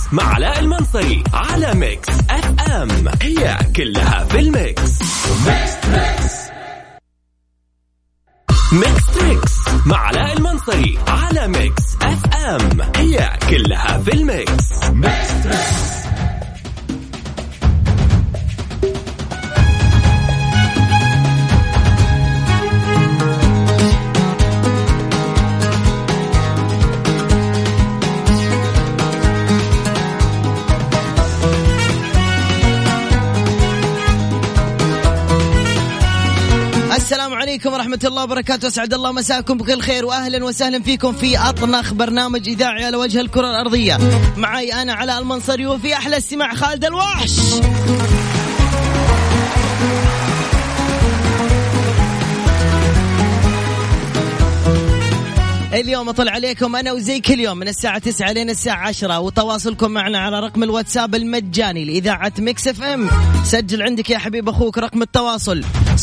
مع علاء المنصري على ميكس اف ام. هي كلها في الميكس. ميكس تريكس مع علاء المنصري على ميكس اف ام. هي كلها في الميكس. ميكس تريكس. السلام عليكم ورحمة الله وبركاته. أسعد الله مساكم بكل خير وأهلا وسهلا فيكم في أطنخ برنامج إذاعي على وجه الكرة الأرضية. معي أنا علاء المنصري وفي أحلى استماع خالد الوحش. اليوم أطلع عليكم أنا وزي كل يوم من الساعة 9 لين الساعة 10 وتواصلكم معنا على رقم الواتساب المجاني لإذاعة ميكس اف ام. سجل عندك يا حبيب أخوك رقم التواصل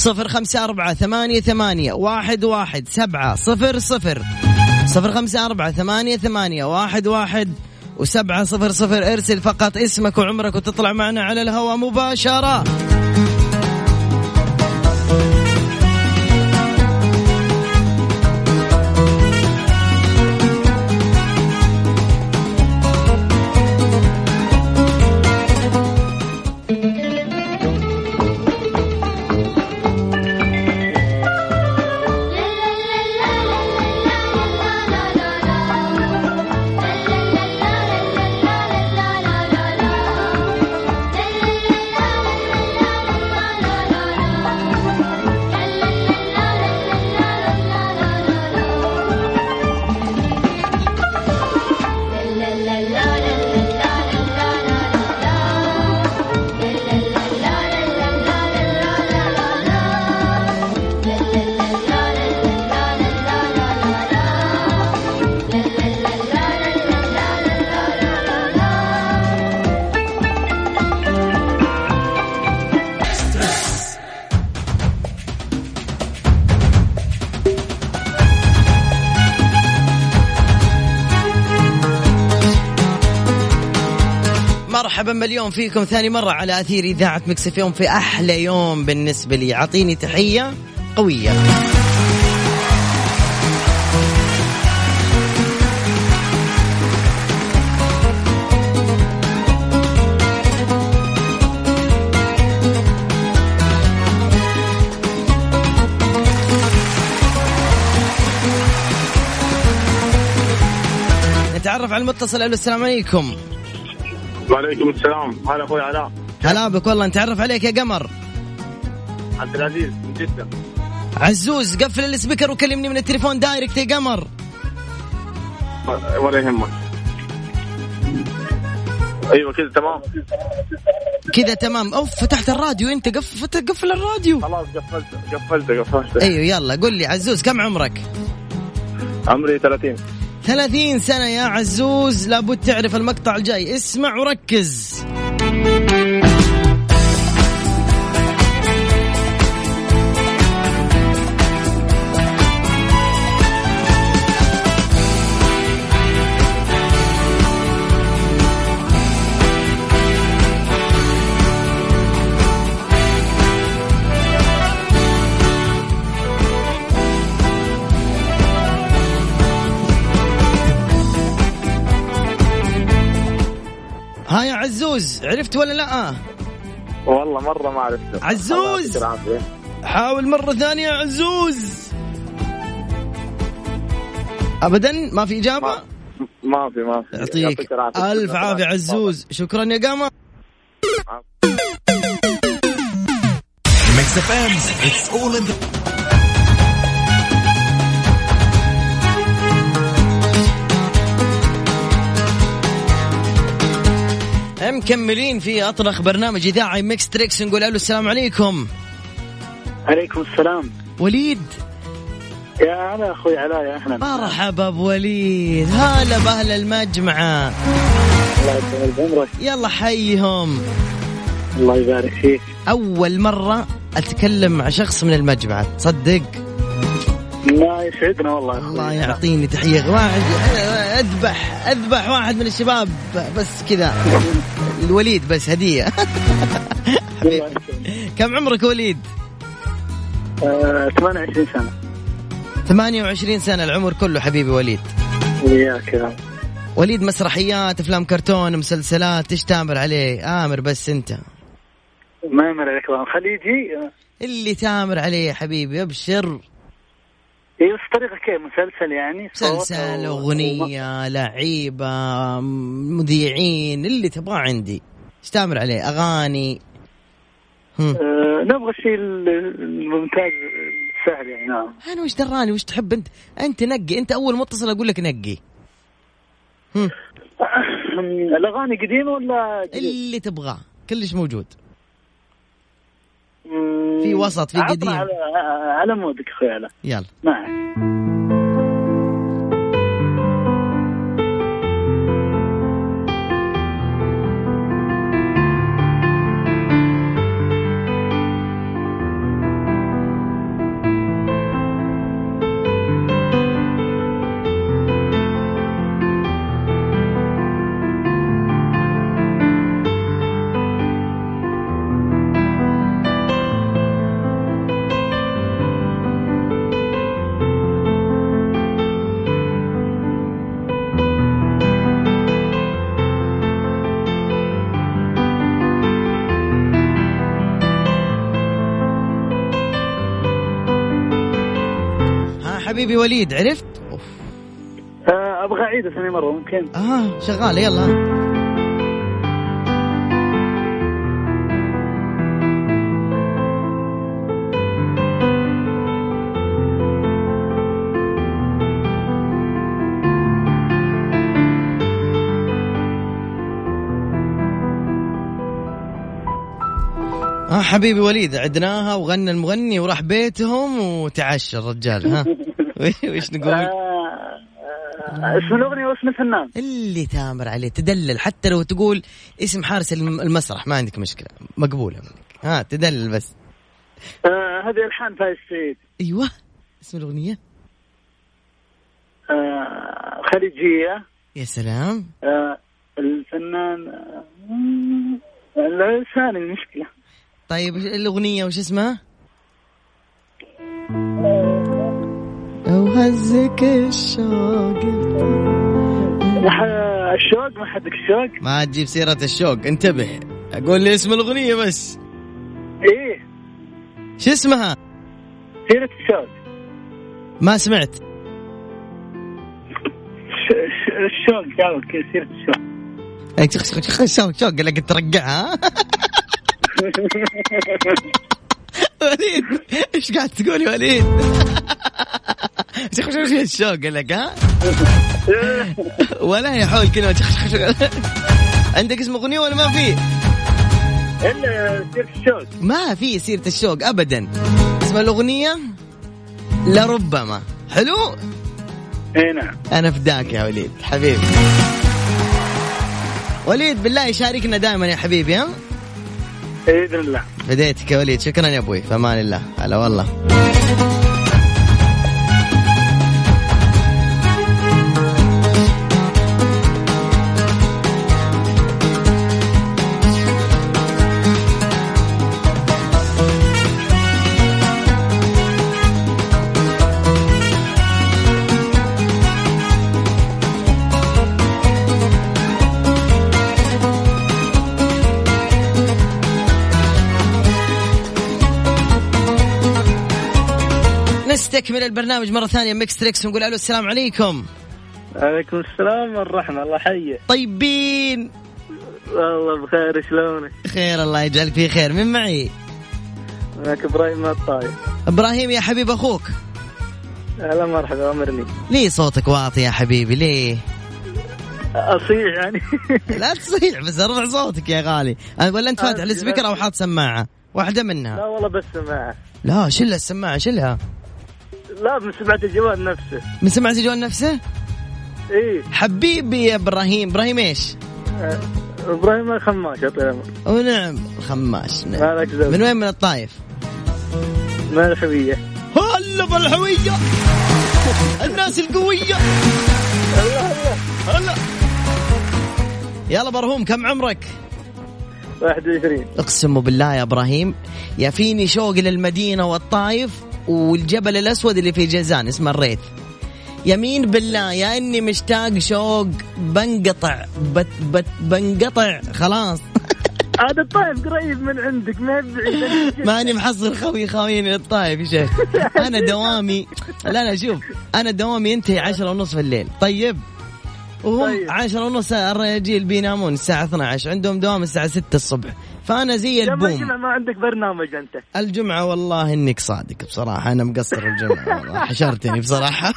0548811700 0548811700. ارسل فقط اسمك وعمرك وتطلع معنا على الهواء مباشرة. مرحبا مليون فيكم ثاني مرة على أثير إذاعة ميكس اف ام في أحلى يوم بالنسبة لي. عطيني تحية قوية. نتعرف على المتصل. السلام عليكم. وعليكم السلام. هلا أخوي علاء. هلا بك والله. نتعرف عليك يا قمر. عبد العزيز من جدة. عزوز قفل السبيكر وكلمني من التليفون دايركت يا قمر. ولا يهمك. أيوة كذا تمام. كذا تمام. أوف فتحت الراديو أنت. قفل الراديو. خلاص قفلت. أيوة يلا قل لي عزوز كم عمرك؟ عمري 30 سنة يا عزوز. لابد تعرف المقطع الجاي. اسمع وركز. ها يا عزوز عرفت ولا لا؟ والله مرة ما عرفت. عزوز حاول مرة ثانية يا عزوز. أبدا ما في إجابة. ما في. يعطيك ألف عافية عزوز. شكرا يا قمر. Mix FM, it's all in the... مكملين في أطرخ برنامج إذاعي ميكس تريكس. نقول له السلام عليكم. عليكم السلام. وليد. يا هلا أخوي علاء يا أهلا. مرحبا بوليد. هلا بأهل المجمعة. الله يسعدك عمرك. يلا حيهم. الله يبارك فيك. أول مرة أتكلم مع شخص من المجمعة تصدق. ما يسعدنا والله. الله يعطيني تحية. واحد أذبح واحد من الشباب بس كذا، الوليد بس هدية. كم عمرك وليد؟ 28 سنة. 28 سنة، العمر كله حبيبي وليد. وياك وليد. مسرحيات، أفلام كرتون، مسلسلات، إيش تامر عليه؟ آمر بس أنت ما يمر عليك خليجي اللي تامر عليه يا حبيبي، أبشر. إيه بس طريقة كيف؟ مسلسل يعني؟ مسلسل، أغنية، لعيبة، مذيعين، اللي تبغاه عندي. إيش تامر عليه؟ أغاني. نبغى الشيء الممتاز السهل يعني. نعم. أنا وش دراني وش تحب أنت نقي. أنت أول متصل أقول لك نقي. الأغاني قديمة ولا جديد؟ اللي تبغاه كلش موجود. في وسط، في قديم. على مودك خيالة. يلا معك. حبيبي وليد عرفت؟ أبغى أعيده ثاني مرة ممكن؟ شغال يلا. حبيبي وليد عدناها وغنى المغني وراح بيتهم وتعشى الرجال. ها وإيش نقول؟ اسم الأغنية واسم الفنان اللي تامر عليه. تدلل، حتى لو تقول اسم حارس المسرح ما عندك مشكلة، مقبولة منك. تدلل بس. هذه ألحان فايز السعيد. أيوة. اسم الأغنية خليجية. يا سلام. الفنان لساني المشكلة. طيب الأغنية وش اسمها؟ أو هزك الشوق. الشوق ما حدك الشوق. ما تجيب سيرة الشوق، انتبه. أقول لي اسم الأغنية بس. إيه شو اسمها؟ سيرة الشوق. ما سمعت. الشوق قالوا كذا سيرة الشوق. شوق لك ترقعها. وليد ايش قاعد تقول يا وليد؟ شوف الشوق لك. ولا يحول كلمة. عندك اسم أغنية ولا ما في؟ إلا سيرة الشوق. ما في سيرة الشوق أبدا. اسم الأغنية لربما. حلو. نعم. أنا فداك يا وليد حبيبي. وليد بالله شاركنا دائما يا حبيبي. بإذن الله. بديتك يا وليد. شكرا يا أبوي. فمان الله. هلا والله. نستكمل البرنامج مرة ثانية ميكس تريكس ونقول ألو السلام عليكم. عليكم السلام والرحمة. الله حي. طيبين والله بخير. شلونك؟ خير الله يجعلك في خير. من معي؟ معك إبراهيم من الطايف. إبراهيم يا حبيب أخوك. أهلا مرحبا. أمرني. ليه صوتك واطي يا حبيبي؟ ليه أصيح يعني؟ لا تصيح بس ارفع صوتك يا غالي. ولا أنت فاتح السبيكر أو حاط سماعة واحدة منها؟ لا والله بس سماعة. لا شلها السماعة شلها. لا من سمعة الجوال نفسه. من سمعة الجوال نفسه؟ إيه حبيبي يا إبراهيم. إبراهيم إيش؟ إبراهيم خماش. ونعم خماش. نعم. من وين؟ من الطايف. من الحبية. هلا هلا بالحوية الناس القوية. هلا يلا برهوم، كم عمرك؟ 21. اقسم بالله يا ابراهيم يا فيني شوق للمدينة والطايف والجبل الاسود اللي في جازان اسمه الريث. يمين بالله يا اني مشتاق شوق بنقطع بنقطع خلاص. هذا الطايف قريب من عندك ما بعيد. ماني محصل خويني للطايف يا شيخ. انا دوامي لا شوف انا دوامي ينتهي 10:30 في الليل. طيب وهم 10:30 الرجال بينامون الساعة 12 عندهم دوام الساعة 6 الصبح. فأنا زي البوم. الجمعة ما عندك برنامج أنت؟ الجمعة والله إنك صادق بصراحة أنا مقصر الجمعة والله. حشرتني بصراحة.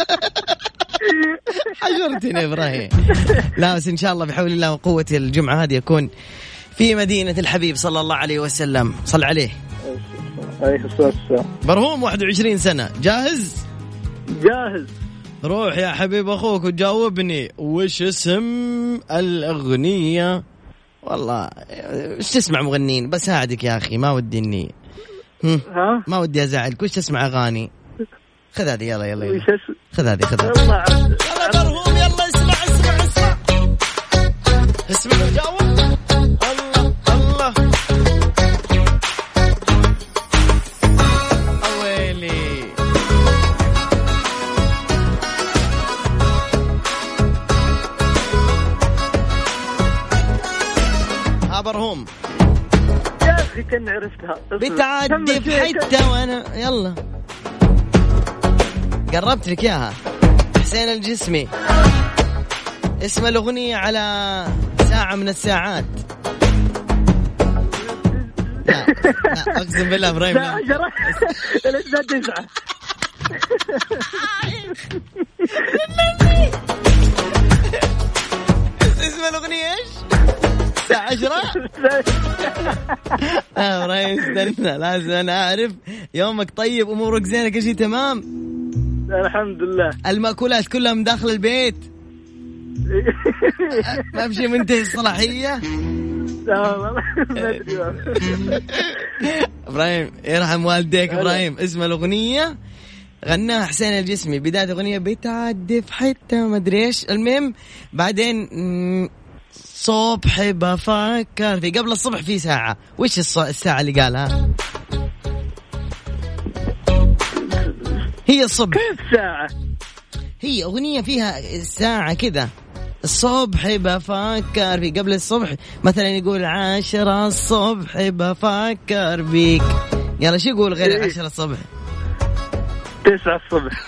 حشرتني إبراهيم. لا بس إن شاء الله بحول الله وقوة الجمعة هذه يكون في مدينة الحبيب صلى الله عليه وسلم. صل عليه. عليه الصلاة والسلام. برهوم 21 سنة جاهز؟ جاهز. روح يا حبيب أخوك وجاوبني وش اسم الأغنية. والله وش تسمع مغنين بس هادك يا أخي ما ودي إني ما ودي أزعلك. وش تسمع أغاني؟ خذ هذه يلا خذ هذه يلا برهوم يلا اسمع وجاوب. الله أويلي. برهوم يا أخي كن عرفتها بتعدي في حتة وأنا يلا قربت لك إياها. حسين الجسمي اسم الأغنية على ساعة من الساعات. لا أقسم بالله إبراهيم لا. لا 9. اسم الأغنية إيش؟ 10. إبراهيم استنى لازم أنا أعرف. يومك طيب أمورك زينة كل شيء تمام؟ الحمد لله. المأكولات كلها من داخل البيت؟ ما في شيء منتهي الصلاحية؟ إبراهيم يرحم والديك. إبراهيم اسم الأغنية غناها حسين الجسمي. بداية الأغنية بتعدي في حتة ما أدري إيش. المهم بعدين صبح بفكر في قبل الصبح في ساعة. وش الساعة اللي قالها؟ هي الصبح. كيف ساعة؟ هي أغنية فيها ساعة كذا. الصبح بفكر في قبل الصبح مثلا يقول 10 الصبح بفكر بيك. يلا شو يقول غير 10 الصبح؟ 9 الصبح.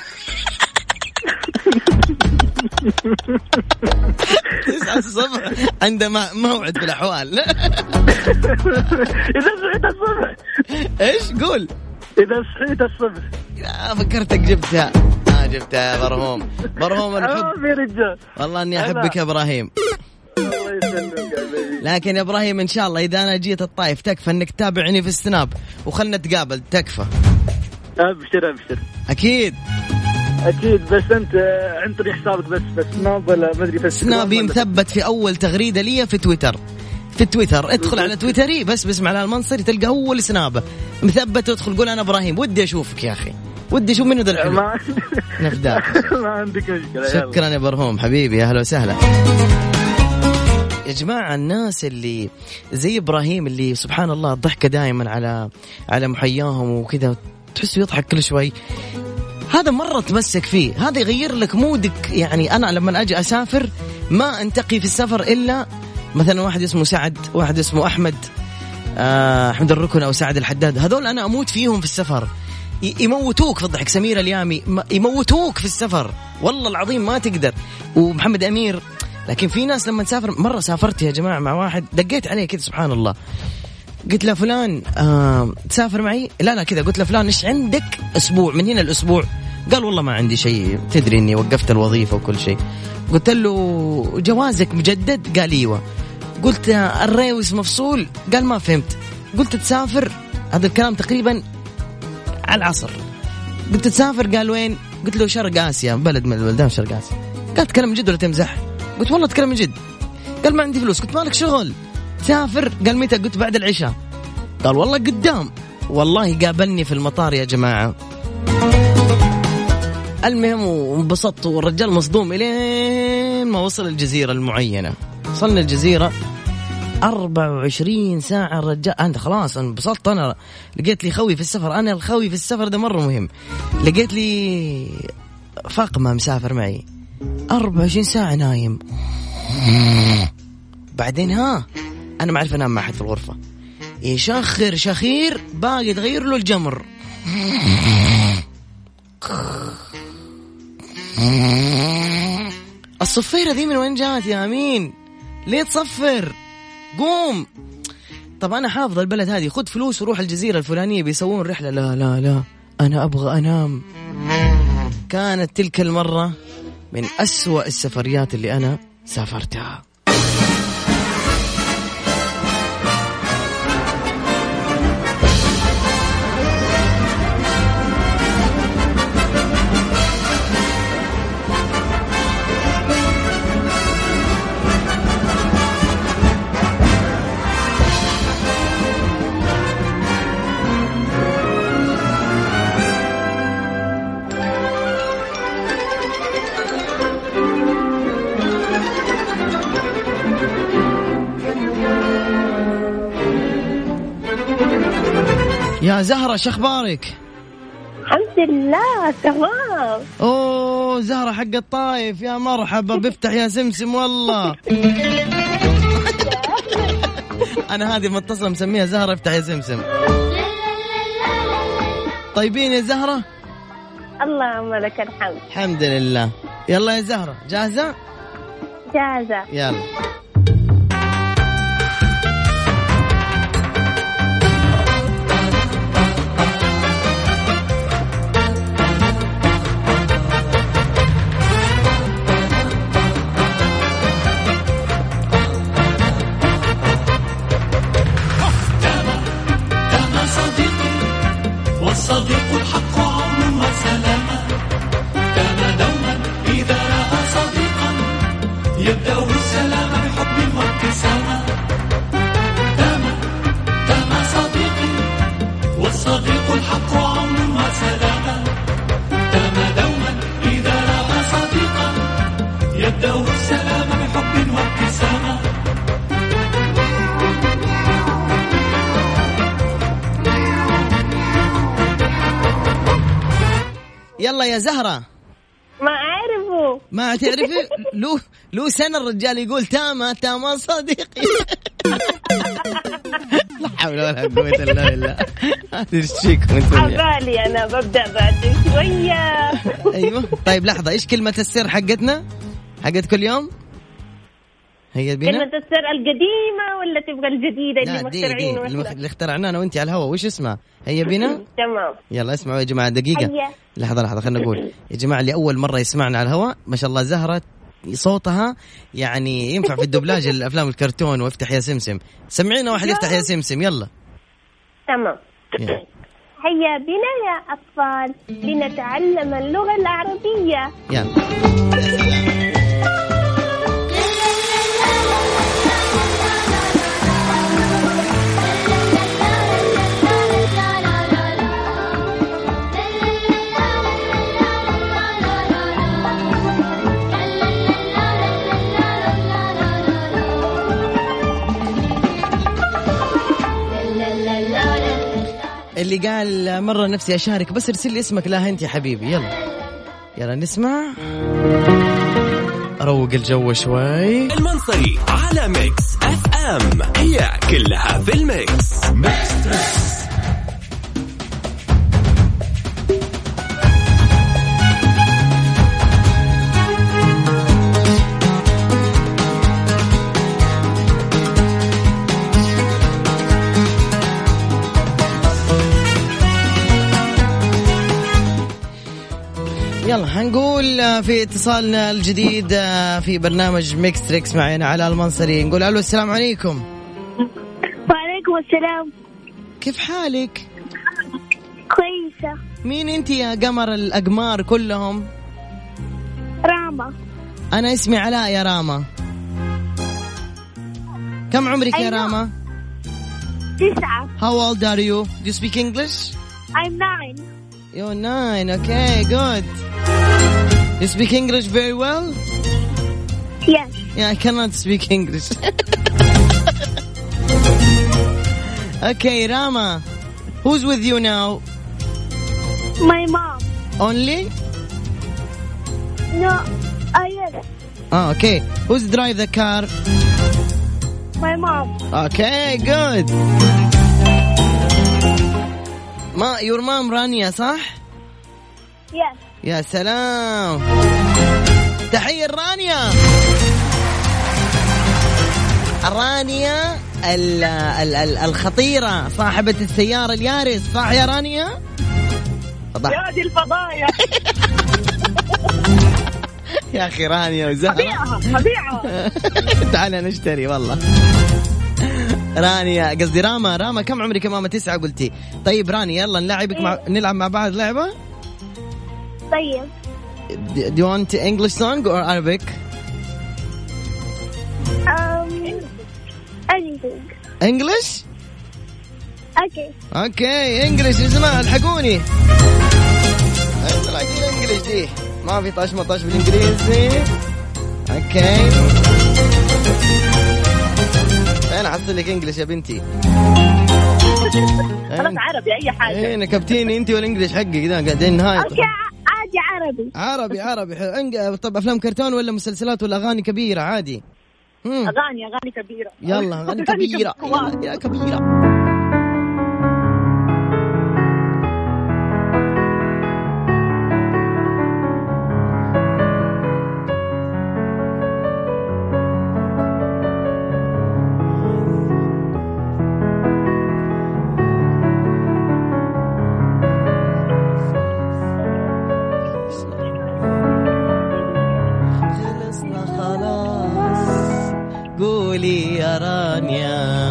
9 الصبح عندما موعد في الأحوال. إذا صحيت الصبح. إيش قول؟ إذا صحيت الصبح. فكرتك جبتها. جبتها يا برهوم. برهوم الحب يا رجال. والله إني أحبك يا إبراهيم. الله يسلمك يا حبيبي. لكن يا إبراهيم إن شاء الله إذا أنا جيت الطايف تكفى إنك تتابعني في السناب وخلنا نتقابل. تكفى. أبشر. أكيد بس أنت عن طريق حسابك بس سناب ولا ما أدري. سنابي مثبت في أول تغريدة لي في تويتر. ادخل على تويتري بس على المنصري تلقى أول سنابه مثبت. ادخل قول أنا إبراهيم ودي أشوفك يا أخي. ودي أشوف منه ذا الحلو. نفداك. ما عندك مشكلة. شكرا يا برهوم حبيبي أهلا وسهلا. يا جماعة الناس اللي زي إبراهيم اللي سبحان الله الضحكة دائما على محياهم وكذا تحسه يضحك كل شوي. هذا مرة تمسك فيه. هذا يغير لك مودك. يعني أنا لما أجي أسافر ما أنتقي في السفر إلا مثلا واحد اسمه سعد واحد اسمه أحمد الركن أو سعد الحداد. هذول أنا أموت فيهم في السفر. يموتوك في الضحك. سمير اليامي يموتوك في السفر والله العظيم ما تقدر. ومحمد أمير. لكن في ناس لما تسافر. مرة سافرت يا جماعة مع واحد دقيت عليه كده سبحان الله قلت له فلان تسافر معي؟ لا كذا قلت له فلان إيش عندك أسبوع من هنا الأسبوع؟ قال والله ما عندي شيء تدري إني وقفت الوظيفة وكل شيء. قلت له جوازك مجدد؟ قال إيوه. قلت الريوس مفصول؟ قال ما فهمت. قلت تسافر؟ هذا الكلام تقريبا على العصر. قلت تسافر؟ قال وين؟ قلت له شرق آسيا بلد من البلدان شرق آسيا. قال تكلم من جد ولا تمزح؟ قلت والله تكلم من جد. قال ما عندي فلوس. قلت مالك شغل تسافر؟ قال متى؟ قلت بعد العشاء. قال والله قدام. والله قابلني في المطار يا جماعة المهم وانبسطت والرجال مصدوم إلين ما وصل الجزيرة المعينة. وصلنا الجزيرة 24 ساعة الرجال. أنا خلاص انبسطت. أنا لقيت لي خوي في السفر. أنا الخوي في السفر ده مرة مهم. لقيت لي فاقمة مسافر معي 24 ساعة نايم. بعدين أنا ما أعرف أنام مع أحد في الغرفة. يشخر شخير باقي تغير له الجمر. الصفيرة دي من وين جات يا أمين؟ ليه تصفر؟ قوم. طب أنا حافظ البلد هذه، خد فلوس وروح الجزيرة الفلانية بيسوون رحلة. لا لا لا أنا أبغى أنام. كانت تلك المرة من أسوأ السفريات اللي أنا سافرتها. يا زهرة شخبارك؟ الحمد لله تمام. اوه زهرة حق الطايف، يا مرحبا. بفتح يا سمسم والله. انا هذه متصلة مسميها زهرة افتح يا سمسم. طيبين يا زهرة؟ اللهم لك الحمد. الحمد لله. يلا يا زهرة جاهزة؟ جاهزة. يلا. والصديق الحق عمر وسلاما، كان دوما إذا رأى صديقا يبدأ السلام بحب وابتسامة. دام صديقي والصديق الحق عمر وسلاما، كان دوما إذا رأى صديقا يبدأ السلام بحب وابتسامة. يلا يا زهرة. ما أعرفه. ما تعرفي؟ لو سنة الرجال يقول تاما صديقي. لا حول ولا قوة إلا بالله. هذه الشيكم انتم. عبالي أنا ببدأ بعد شوية. أيوة طيب لحظة، إيش كلمة السر حقتنا؟ حقت كل يوم؟ هي بينا؟ كلمة السر القديمة ولا تبغى الجديدة اللي مخترعينها؟ اللي اخترعناها أنا وأنتي على الهواء. وش اسمها؟ هي بينا؟ تمام. يلا اسمعوا يا جماعة دقيقة. لحظة خلنا نقول يا جماعة اللي أول مرة يسمعنا على الهواء، ما شاء الله زهرة صوتها يعني ينفع في الدبلاج الأفلام الكرتون. وافتح يا سمسم، سمعينا واحد يفتح يا سمسم. يلا. تمام. هيا بنا يا أطفال لنتعلم اللغة العربية. يلا. اللي قال مرة نفسي أشارك بس ارسل لي اسمك. لا أنت يا حبيبي. يلا نسمع. روق الجو شوي. المنصري على ميكس اف ام، هي كلها في الميكس. ميكس. يلا هنقول في اتصالنا الجديد في برنامج ميكس تريكس معنا علاء المنصري. نقول الو السلام عليكم. وعليكم السلام. كيف حالك؟ كويسة. مين انت يا قمر الأقمار كلهم؟ راما. أنا اسمي علاء يا راما. كم عمرك يا راما؟ 9. How old are you? Do you speak English? I'm 9. You're 9. Okay, good. You speak English very well? Yes. Yeah, I cannot speak English. Okay, Rama. Who's with you now? My mom. Only? No. Yes. Oh, okay. Who's drive the car? My mom. Okay, good. Your mom Rania, صح? Yes. يا سلام. تحية رانيا. رانيا الخطيرة صاحبة السيارة اليارس، صح يا رانيا؟ يا دي الفضايح. يا أخي رانيا وزهرة هبيعها. تعالى نشتري والله. رانيا قصدي راما كم عمرك يا ماما؟ 9 قلتي. طيب رانيا يلا نلعب مع بعض لعبة. طيب. Do you want English song or Arabic? Anything. English? Okay. English. اسمع الحقوني. طلعت الانجليش دي ما في طاش بالانجليزي. اوكي انا حصل لك انجليش يا بنتي. خلاص عربي اي حاجه. ايه نكبتيني انت والانجليش حقي كذا قاعدين نهاية. اوكي عادي عربي. طب افلام كرتون ولا مسلسلات ولا اغاني كبيره؟ عادي. اغاني كبيره. يلا اغاني كبيره. يا كبيره. قولي يا رانيا.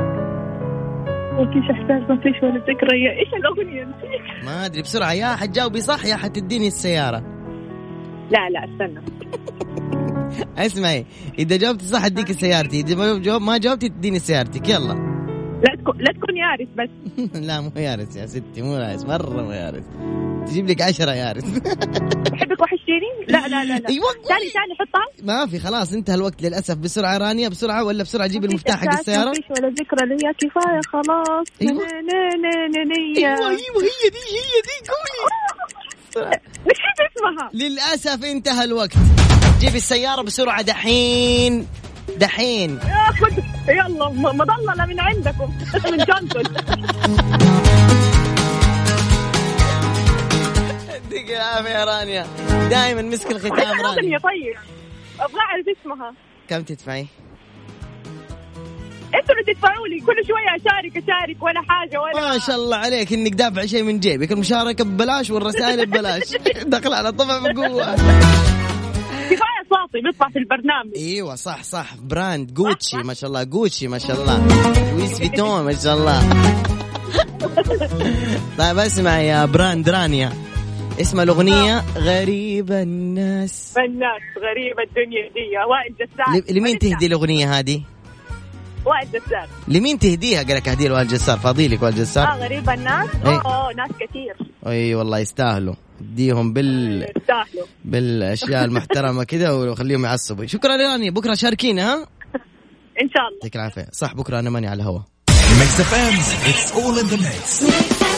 مفيش احساس مفيش ولا ذكرى. ايش الاغنيه؟ ما ادري بسرعه، يا حتجاوبي صح يا حتديني السياره. لا استنى. اسمعي، اذا جاوبتي صح اديك سيارتي، اذا ما جاوبتي تديني سيارتك. يلا لا تكون يارس بس. لا مو يارس يا ستي، مو يارس، مره مو يارس. تجيب لك 10 يارس. بحبك وحشتيني. لا ايوه ثاني حطها. ما في، خلاص انتهى الوقت للاسف. بسرعه رانيا بسرعه، ولا بسرعه جيب المفتاح حق السياره. مفيش ولا ذكرى ليا كفايه خلاص. ايوه هي دي قولي. نسيت اسمها للاسف انتهى الوقت. جيب السياره بسرعه دحين. خد يلا مضلله من عندكم من جانتون. يديك العافية يا رانيا، دائما مسك الختام رانيا. طيب ابغى اعرف اسمها. كم تدفعي؟ انتوا اللي تدفعوا لي كل شويه. اشارك ولا حاجه ولا. ما شاء الله عليك انك دافع شيء من جيبك. المشاركه ببلاش والرسائل ببلاش. دخل على طبع بقوه. كفايه صوتي بيطلع في البرنامج. ايوه صح. براند جوتشي ما شاء الله. جوتشي ما شاء الله. لويس فيتون ما شاء الله. طيب اسمع يا براند رانيا، اسم الأغنية غريبة الناس. غريبة الدنيا دي. وائل جسار. لمين تهدي الأغنية هذه؟ وائل جسار. لمين تهديها؟ قالك أهدي وائل جسار. فاضيلك وائل جسار. غريبة الناس. ناس كثير. أي والله يستاهلوا. اديهم بالأشياء المحترمة كده وخليهم يعصبوا. شكرا لراني. بكرة شاركينا ها؟ إن شاء الله. يعطيك العافية. صح بكرة أنا ماني على الهوا. Mix FM, it's all in the mix.